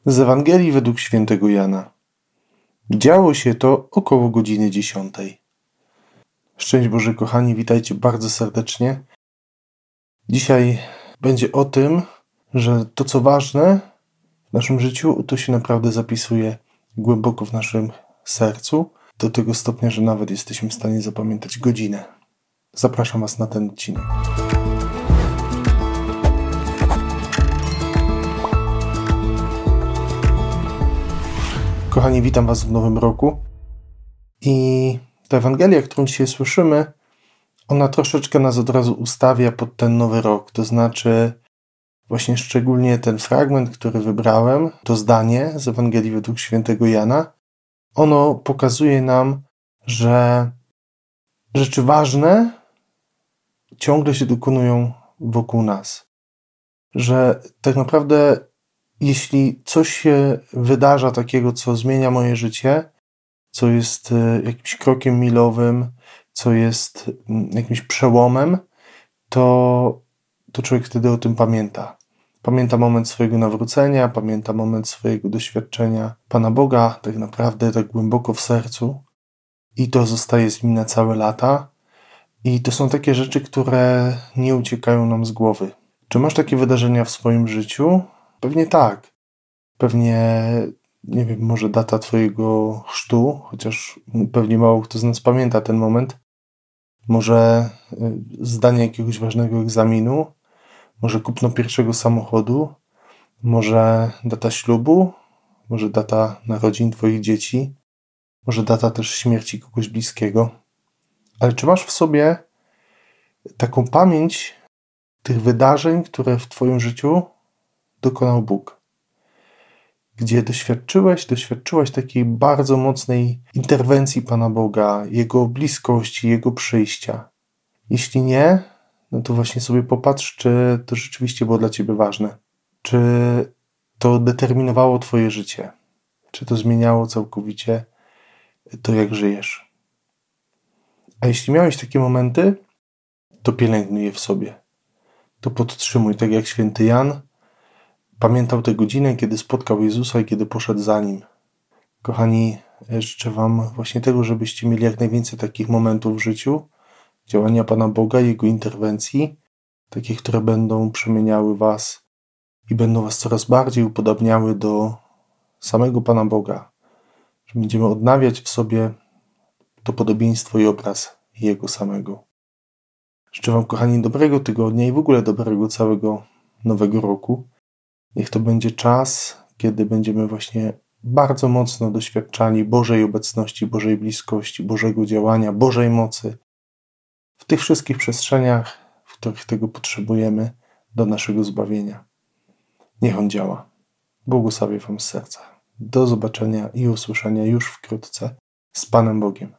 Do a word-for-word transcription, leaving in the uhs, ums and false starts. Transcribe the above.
Z Ewangelii według świętego Jana. Działo się to około godziny dziesiątej. Szczęść Boże, kochani, witajcie bardzo serdecznie. Dzisiaj będzie o tym, że to, co ważne w naszym życiu, to się naprawdę zapisuje głęboko w naszym sercu, do tego stopnia, że nawet jesteśmy w stanie zapamiętać godzinę. Zapraszam Was na ten odcinek. Kochani, witam Was w nowym roku i ta Ewangelia, którą dzisiaj słyszymy, ona troszeczkę nas od razu ustawia pod ten nowy rok. To znaczy właśnie szczególnie ten fragment, który wybrałem, to zdanie z Ewangelii według świętego Jana, ono pokazuje nam, że rzeczy ważne ciągle się dokonują wokół nas. Że tak naprawdę jeśli coś się wydarza takiego, co zmienia moje życie, co jest jakimś krokiem milowym, co jest jakimś przełomem, to, to człowiek wtedy o tym pamięta. Pamięta moment swojego nawrócenia, pamięta moment swojego doświadczenia Pana Boga, tak naprawdę tak głęboko w sercu, i to zostaje z nim na całe lata. I to są takie rzeczy, które nie uciekają nam z głowy. Czy masz takie wydarzenia w swoim życiu? Pewnie tak. Pewnie, nie wiem, może data twojego chrztu, chociaż pewnie mało kto z nas pamięta ten moment. Może zdanie jakiegoś ważnego egzaminu, może kupno pierwszego samochodu, może data ślubu, może data narodzin twoich dzieci, może data też śmierci kogoś bliskiego. Ale czy masz w sobie taką pamięć tych wydarzeń, które w twoim życiu dokonał Bóg? Gdzie doświadczyłeś, doświadczyłaś takiej bardzo mocnej interwencji Pana Boga, Jego bliskości, Jego przyjścia. Jeśli nie, no to właśnie sobie popatrz, czy to rzeczywiście było dla Ciebie ważne. Czy to determinowało Twoje życie. Czy to zmieniało całkowicie to, jak żyjesz. A jeśli miałeś takie momenty, to pielęgnuj je w sobie. To podtrzymuj, tak jak święty Jan pamiętał tę godzinę, kiedy spotkał Jezusa i kiedy poszedł za Nim. Kochani, życzę Wam właśnie tego, żebyście mieli jak najwięcej takich momentów w życiu, działania Pana Boga, Jego interwencji, takich, które będą przemieniały Was i będą Was coraz bardziej upodabniały do samego Pana Boga. Że będziemy odnawiać w sobie to podobieństwo i obraz Jego samego. Życzę Wam, kochani, dobrego tygodnia i w ogóle dobrego całego nowego roku. Niech to będzie czas, kiedy będziemy właśnie bardzo mocno doświadczali Bożej obecności, Bożej bliskości, Bożego działania, Bożej mocy w tych wszystkich przestrzeniach, w których tego potrzebujemy do naszego zbawienia. Niech On działa. Błogosławię Wam z serca. Do zobaczenia i usłyszenia już wkrótce z Panem Bogiem.